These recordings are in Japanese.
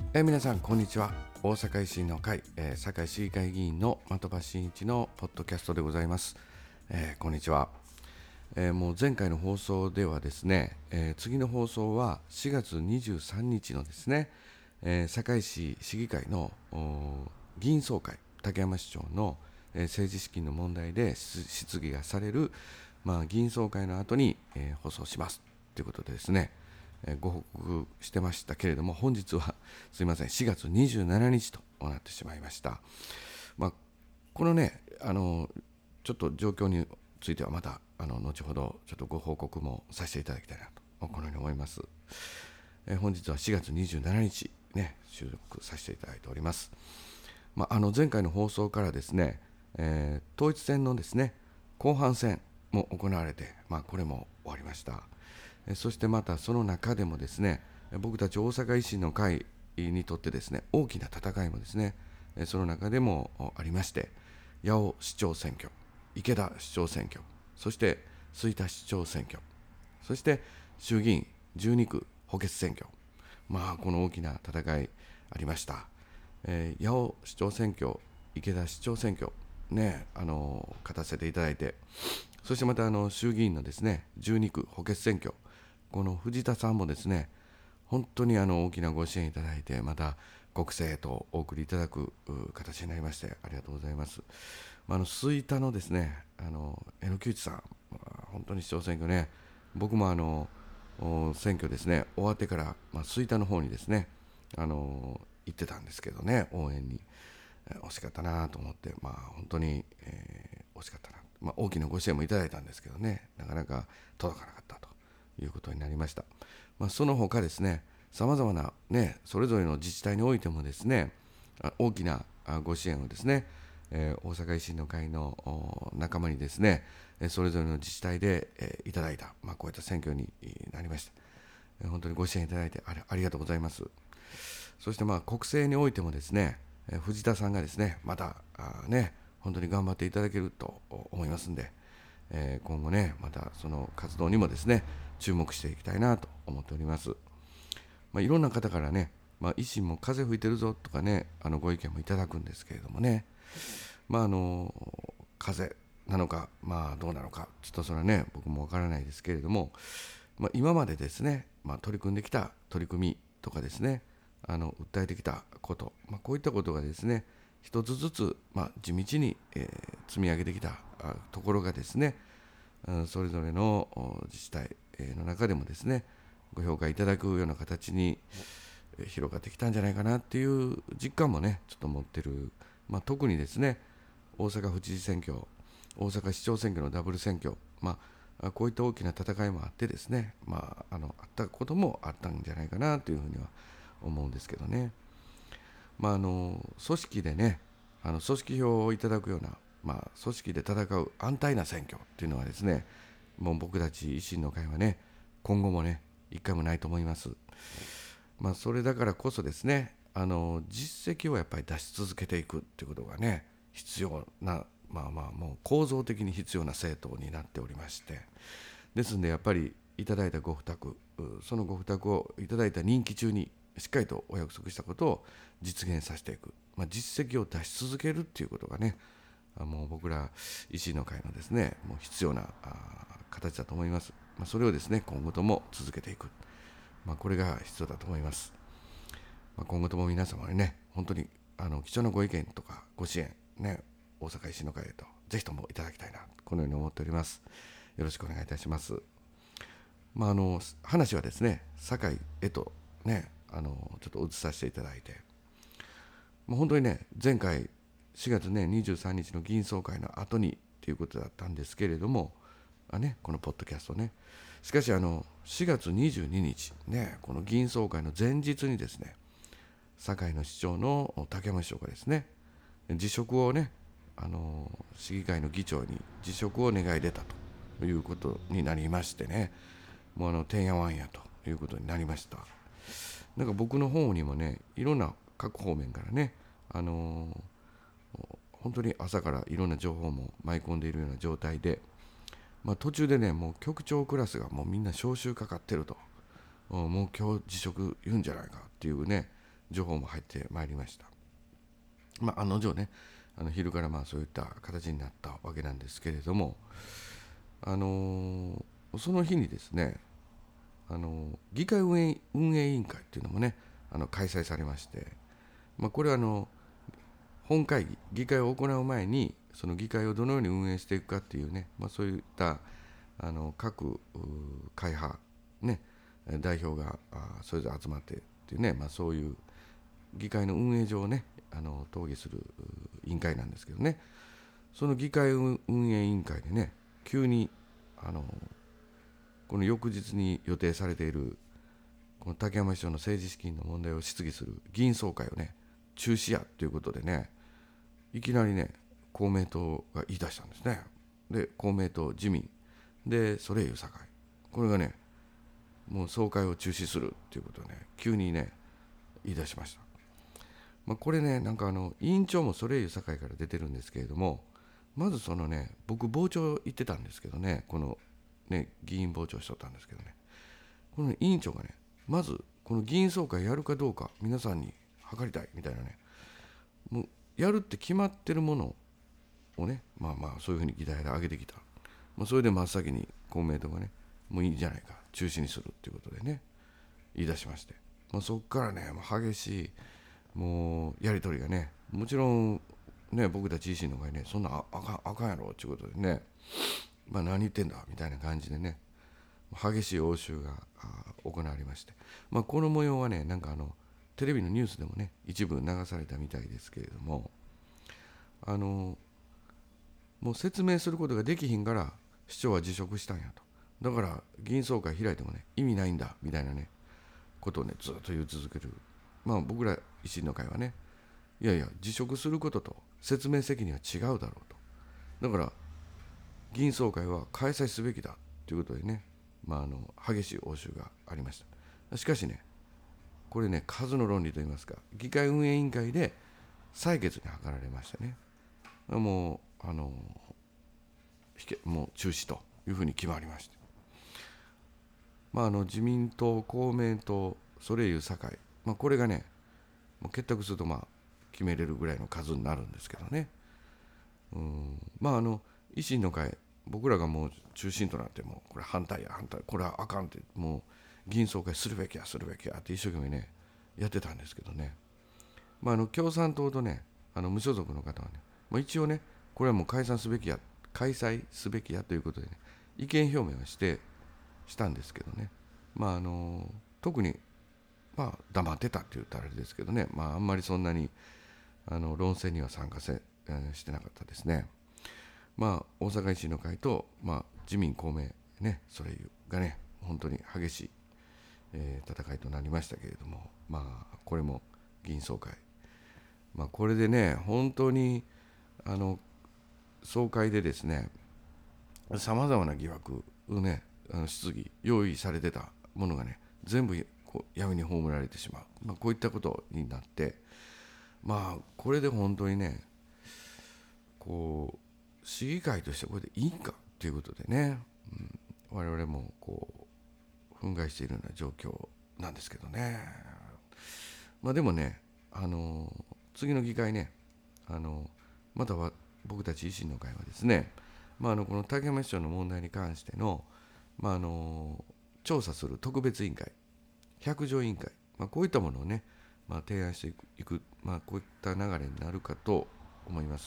皆さんこんにちは。大阪維新の会、堺市議会議員の的場真一のポッドキャストでございます。こんにちは。もう前回の放送ではですね、次の放送は4月23日のですね、堺市市議会の議員総会、竹山市長の、政治資金の問題で質疑がされる、議員総会の後に、放送しますということでですね、ご報告してましたけれども、本日はすいません4月27日となってしまいました。このねちょっと状況についてはまた後ほどちょっとご報告もさせていただきたいなとこのように思います。本日は4月27日ね収録させていただいております。前回の放送からですね、統一選のですね後半戦も行われて、これも終わりました。そしてまたその中でもですね、僕たち大阪維新の会にとってですね、大きな戦いもですね、その中でもありまして、八尾市長選挙、池田市長選挙、そして吹田市長選挙、そして衆議院12区補欠選挙、この大きな戦いありました。八尾市長選挙、池田市長選挙、勝たせていただいて、そしてまた衆議院のですね12区補欠選挙、この藤田さんもですね本当に大きなご支援いただいて、また国政へとお送りいただく形になりましてありがとうございます。吹田のですね榎木内さん、本当に市長選挙ね、僕も選挙ですね終わってから、吹田の方にですね行ってたんですけどね、応援に惜しかったなと思って、本当に、惜しかったな、大きなご支援もいただいたんですけどね、なかなか届かなかったということになりました。その他ですね、さまざまな、それぞれの自治体においてもですね、大きなご支援をですね、大阪維新の会の仲間にですね、それぞれの自治体で、いただいた、こういった選挙になりました。本当にご支援いただいてありがとうございます。そして国政においてもですね、藤田さんがですねまた本当に頑張っていただけると思いますんで、今後ねまたその活動にもですね注目していきたいなと思っております。いろんな方からね、維新も風吹いてるぞとかねご意見もいただくんですけれどもね、風なのかどうなのかちょっとそれはね僕もわからないですけれども、今までですね、取り組んできた取り組みとかですね訴えてきたこと、こういったことがですね一つずつ、地道に、積み上げてきたところがですね、それぞれの自治体の中でもですねご評価いただくような形に広がってきたんじゃないかなっていう実感もねちょっと持ってる、特にですね大阪府知事選挙、大阪市長選挙のダブル選挙、こういった大きな戦いもあってですね、あったこともあったんじゃないかなというふうには思うんですけどね。組織でね組織票をいただくような、組織で戦う安泰な選挙っていうのはですね、もう僕たち維新の会はね今後もね一回もないと思います。それだからこそですね実績をやっぱり出し続けていくっていうことがね必要な、もう構造的に必要な政党になっておりまして、ですのでやっぱりいただいたご負託、そのご負託をいただいた任期中にしっかりとお約束したことを実現させていく、実績を出し続けるっていうことがねもう僕ら維新の会のですねもう必要な形だと思います。それをですね今後とも続けていく、これが必要だと思います。今後とも皆様にね本当に貴重なご意見とかご支援ね大阪維新の会へとぜひともいただきたいなこのように思っております。よろしくお願いいたします。話はですね堺へとねちょっと移させていただいて、本当にね前回4月ね23日の議員総会の後にということだったんですけれども、このポッドキャストね、しかし4月22日ねこの議員総会の前日にですね堺の市長の竹山市長がですね辞職をね市議会の議長に辞職を願い出たということになりましてね、もうてんやわんやということになりました。なんか僕の方にもねいろんな各方面からね本当に朝からいろんな情報も舞い込んでいるような状態で、途中でねもう局長クラスがもうみんな招集かかってると、もう今日辞職言うんじゃないかっていうね情報も入ってまいりました。案の定ね、昼からそういった形になったわけなんですけれども、その日にですね、議会運営委員会っていうのもね、開催されまして、これは本会議、議会を行う前に、その議会をどのように運営していくかっていうね、そういった各会派、ね、代表がそれぞれ集まってっていうね、そういう議会の運営上をね、討議する委員会なんですけどね、その議会運営委員会でね、急にこの翌日に予定されているこの竹山市長の政治資金の問題を質疑する議員総会をね、中止やということでね、いきなりね、公明党が言い出したんですね。で、公明党、自民、で、ソレイユ堺、これがね、もう総会を中止するっていうことをね、急にね、言い出しました。これね、なんか委員長もソレイユ堺から出てるんですけれども、まずそのね、僕、傍聴行ってたんですけどね、このね、議員傍聴しとったんですけどね、この委員長がね、まずこの議員総会やるかどうか皆さんに諮りたいみたいなね、もうやるって決まってるものをね、そういうふうに議題で上げてきた。それで真っ先に公明党がね、もういいんじゃないか、中止にするっていうことでね、言い出しまして、そこからね、激しいもうやり取りがね、もちろんね、僕たち維新の会ね、そんなあかんやろっていうことでね、何言ってんだみたいな感じでね、激しい応酬が行われまして、この模様はね、なんかテレビのニュースでもね、一部流されたみたいですけれども、もう説明することができひんから市長は辞職したんやと。だから議員総会開いてもね、意味ないんだみたいなね、ことをね、ずっと言い続ける。僕ら維新の会はね、いやいや、辞職することと説明責任は違うだろうと。だから議員総会は開催すべきだということでね、激しい応酬がありました。しかしね、これね、数の論理といいますか、議会運営委員会で採決に諮られましてね、もうもう中止というふうに決まりまして、自民党、公明党、ソレイユ堺、これがね、もう結託すると決めれるぐらいの数になるんですけどね。維新の会、僕らがもう中心となって、もうこれ反対や反対、これはあかんって、もう議員総会するべきやするべきやって一生懸命ねやってたんですけどね、共産党とね、無所属の方はね、一応ね、これはもう開催すべきやということでね、意見表明はしたんですけどね、特に黙ってたって言ったらあれですけどね、あんまりそんなに論戦には参加してなかったですね。大阪維新の会と、自民公明ね、それがね、本当に激しい、戦いとなりましたけれども、これも議員総会、これでね、本当に総会でですね、さまざまな疑惑をね、質疑用意されてたものがね、全部闇に葬られてしまう、こういったことになって、これで本当にね、市議会としてこれでいいかということでね、我々も憤慨しているような状況なんですけどね。でもね、次の議会ね、または僕たち維新の会はですね、この竹山市長の問題に関しての、調査する特別委員会、百条委員会、こういったものをね、提案していく、こういった流れになるかと思います。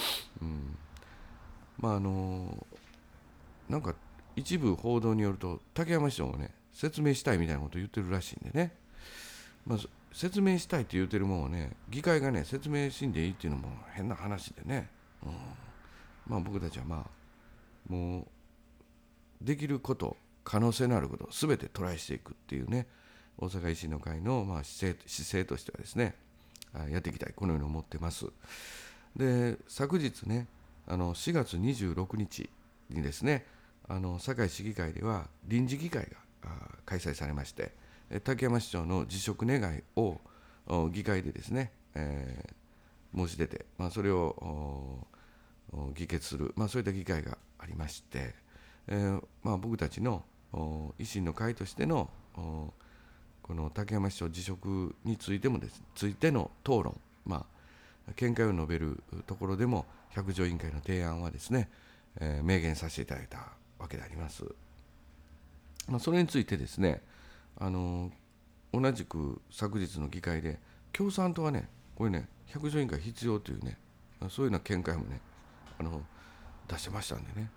なんか一部報道によると竹山市長もね、説明したいみたいなことを言ってるらしいんでね、説明したいって言ってるもんをね、議会がね説明しんでいいっていうのも変な話でね、僕たちはもうできること、可能性のあること全てトライしていくっていうね、大阪維新の会の姿勢としてはですね、やっていきたい、このように思ってます。で、昨日ね、4月26日にですね、堺市議会では臨時議会が開催されまして、竹山市長の辞職願いを議会でですね、申し出て、それを議決する、そういった議会がありまして、僕たちの維新の会としてのこの竹山市長辞職についての討論、見解を述べるところでも百条委員会の提案はですね、明言させていただいたわけであります。それについてですね、同じく昨日の議会で共産党はね、これね、百条委員会必要というね、そういうような見解もね、出してましたんでね、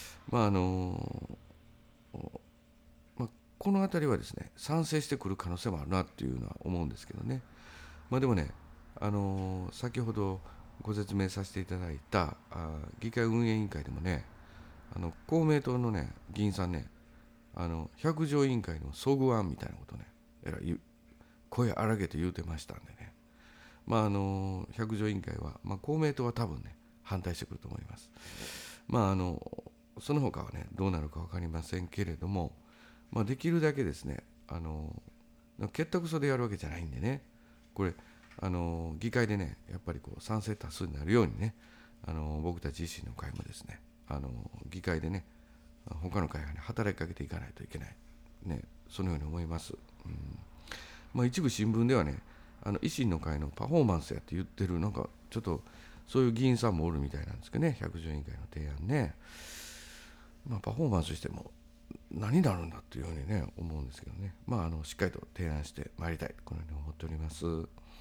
このあたりはですね、賛成してくる可能性もあるなっていうのは思うんですけどね。でもね、先ほどご説明させていただいた議会運営委員会でもね、公明党のね、議員さんね、百条委員会の総合案みたいなことね、声荒げて言うてましたんでね、百条委員会は、公明党は多分ね、反対してくると思います。その他はね、どうなるか分かりませんけれども、できるだけですね、結託そでやるわけじゃないんでね、これ、議会でね、やっぱりこう賛成多数になるようにね、僕たち維新の会もですね、議会でね、他の会がね、働きかけていかないといけない、ね、そのように思います。一部新聞ではね、維新の会のパフォーマンスやって言ってる、なんかちょっとそういう議員さんもおるみたいなんですけどね、百条委員会の提案ね、パフォーマンスしても何になるんだっていうふうにね思うんですけどね、しっかりと提案してまいりたい、このように思っております。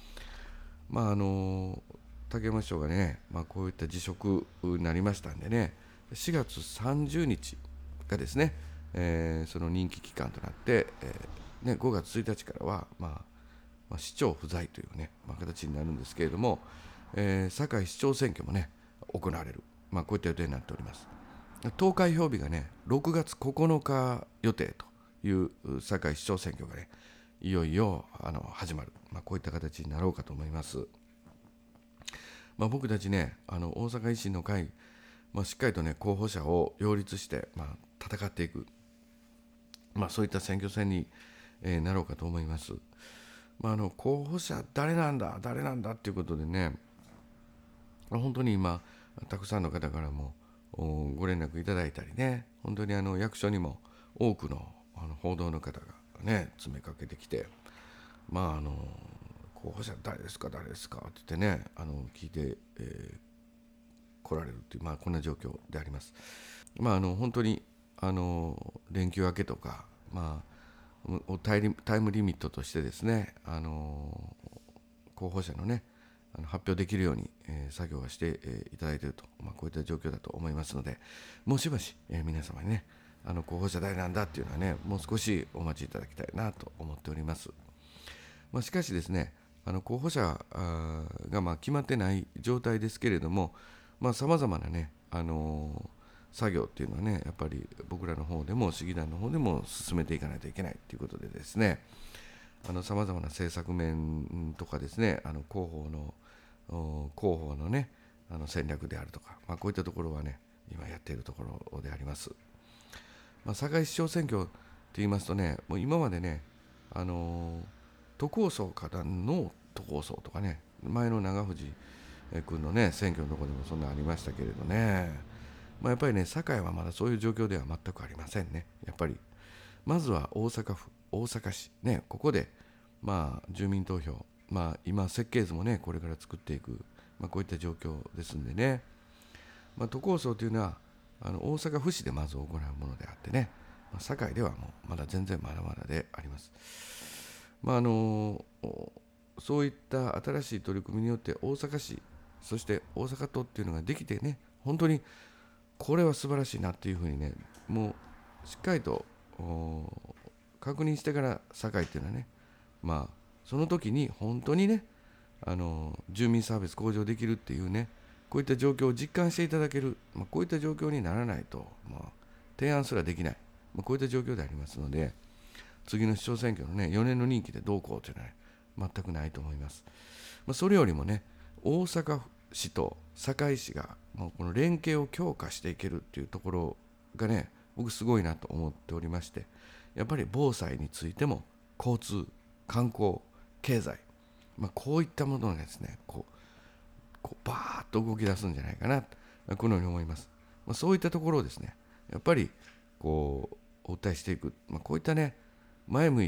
竹山市長がね、こういった辞職になりましたんでね、4月30日がですね、その任期期間となって、5月1日からは、市長不在というね、形になるんですけれども、堺市長選挙もね行われる、こういった予定になっております。投開票日がね6月9日予定という堺市長選挙がねいよいよ始まる、こういった形になろうかと思います。僕たちね、大阪維新の会、しっかりとね候補者を擁立して、戦っていく、そういった選挙戦に、なろうかと思います。候補者誰なんだっていうことでね、本当に今たくさんの方からもご連絡いただいたりね、本当に役所にも多くの報道の方がね詰めかけてきて、候補者誰ですかって言ってね聞いて、来られるっていう、こんな状況であります。本当に連休明けとか、タイムリミットとしてですね、候補者のね発表できるように、作業はして、いただいていると、こういった状況だと思いますので、もうしばし、皆様にね候補者誰なんだっていうのはねもう少しお待ちいただきたいなと思っております。しかしですね、候補者が決まってない状態ですけれども、さまざまなね、作業っていうのはねやっぱり僕らの方でも市議団の方でも進めていかないといけないということでですね、さまざまな政策面とかですね、広報のね戦略であるとか、こういったところはね今やっているところであります。堺市長選挙って言いますとね、もう今までね都構想からの都構想とかね、前の長藤君のね選挙のところでもそんなありましたけれどね、やっぱりね堺はまだそういう状況では全くありませんね。やっぱりまずは大阪府大阪市ね、ここで住民投票、今設計図もねこれから作っていく、こういった状況ですんでね、都構想というのは大阪府市でまず行うものであってね、堺ではもうまだ全然まだまだであります。そういった新しい取り組みによって大阪市そして大阪都っていうのができてね、本当にこれは素晴らしいなっていうふうにねもうしっかりと確認してから堺っていうのはね、その時に本当にね住民サービス向上できるっていうね、こういった状況を実感していただける、こういった状況にならないと、提案すらできない、こういった状況でありますので、次の市長選挙のね4年の任期でどうこうというのは、ね、全くないと思います。それよりもね大阪市と堺市がこの連携を強化していけるっていうところがね僕すごいなと思っておりまして、やっぱり防災についても交通観光経済、こういったものがですねこうバーッと動き出すんじゃないかな、このように思います。そういったところをですねやっぱりこうお訴えしていく、こういったね前向いて、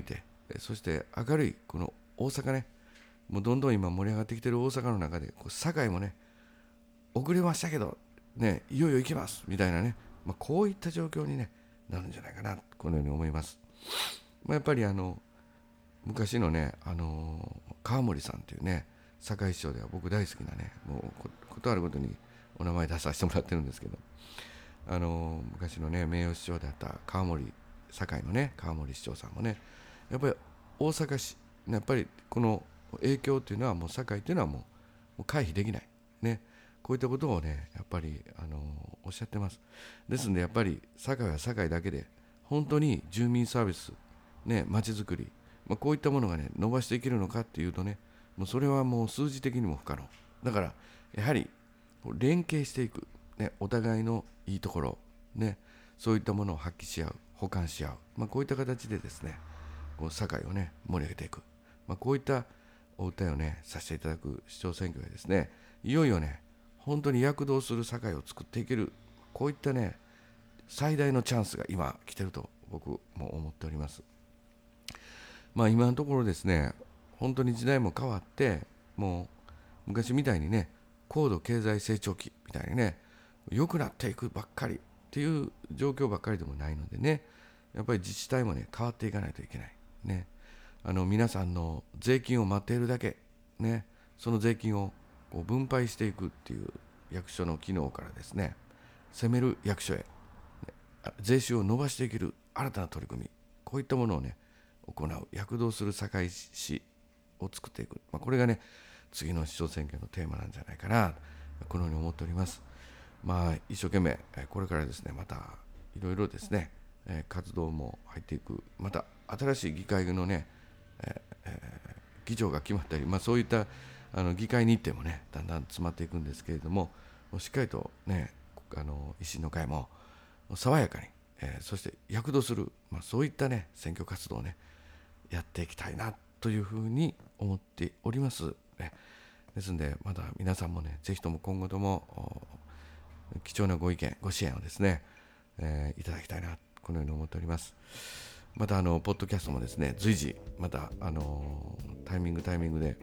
そして明るいこの大阪ね、もうどんどん今盛り上がってきてる大阪の中で、堺もね、遅れましたけど、ね、いよいよ行きますみたいなね、こういった状況に、ね、なるんじゃないかな、このように思います。やっぱり昔のね、川森さんというね、堺市長では僕大好きなね、もうことあるごとにお名前出させてもらってるんですけど、昔のね、名誉市長であった堺のね、川森市長さんもね、やっぱり大阪市、やっぱりこの影響というのは、もう堺というのはもう回避できない。ね、こういったことをね、やっぱり、おっしゃってます。ですので、やっぱり堺は堺だけで、本当に住民サービス、ね、街づくり、こういったものがね、伸ばしていけるのかっていうとね、もうそれはもう数字的にも不可能。だから、やはり連携していく、ね、お互いのいいところ、ね、そういったものを発揮し合う、補完し合う、こういった形でですね、こう堺をね、盛り上げていく、こういったお歌いをね、させていただく市長選挙でですね、いよいよね、本当に躍動する堺を作っていける、こういったね、最大のチャンスが今来てると僕も思っております。今のところですね、本当に時代も変わって、もう昔みたいにね、高度経済成長期みたいにね、良くなっていくばっかりっていう状況ばっかりでもないのでね、やっぱり自治体もね、変わっていかないといけないね。皆さんの税金を待っているだけね、その税金をこう分配していくっていう役所の機能からですね、攻める役所へ、税収を伸ばしていける新たな取り組み、こういったものをね、行う、躍動する堺市を作っていく、これがね、次の市長選挙のテーマなんじゃないかな、このように思っております。一生懸命これからですね、またいろいろですね、活動も入っていく、また新しい議会のね、議長が決まったり、そういった議会日程もね、だんだん詰まっていくんですけれども、しっかりとね、維新の会も爽やかに、そして躍動する、そういったね、選挙活動をね、やっていきたいなというふうに思っております。ですので、まだ皆さんもね、ぜひとも今後とも貴重なご意見、ご支援をですね、いただきたいな、このように思っております。またポッドキャストもですね、随時またタイミングで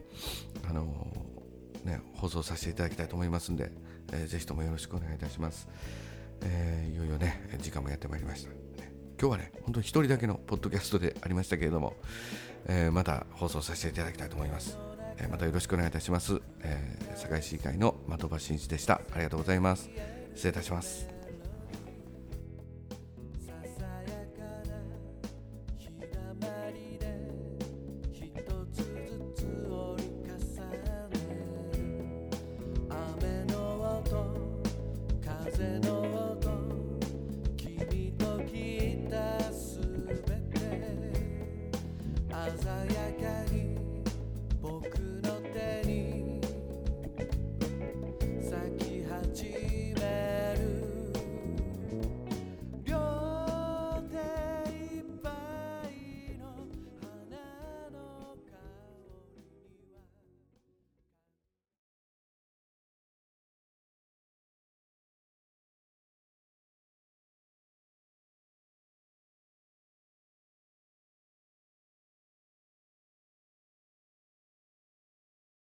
放送させていただきたいと思いますので、ぜひともよろしくお願いいたします。いよいよね、時間もやってまいりました。今日はね、本当に一人だけのポッドキャストでありましたけれども、また放送させていただきたいと思います。またよろしくお願いいたします。堺市議会の的場真一でした。ありがとうございます。失礼いたします。 風の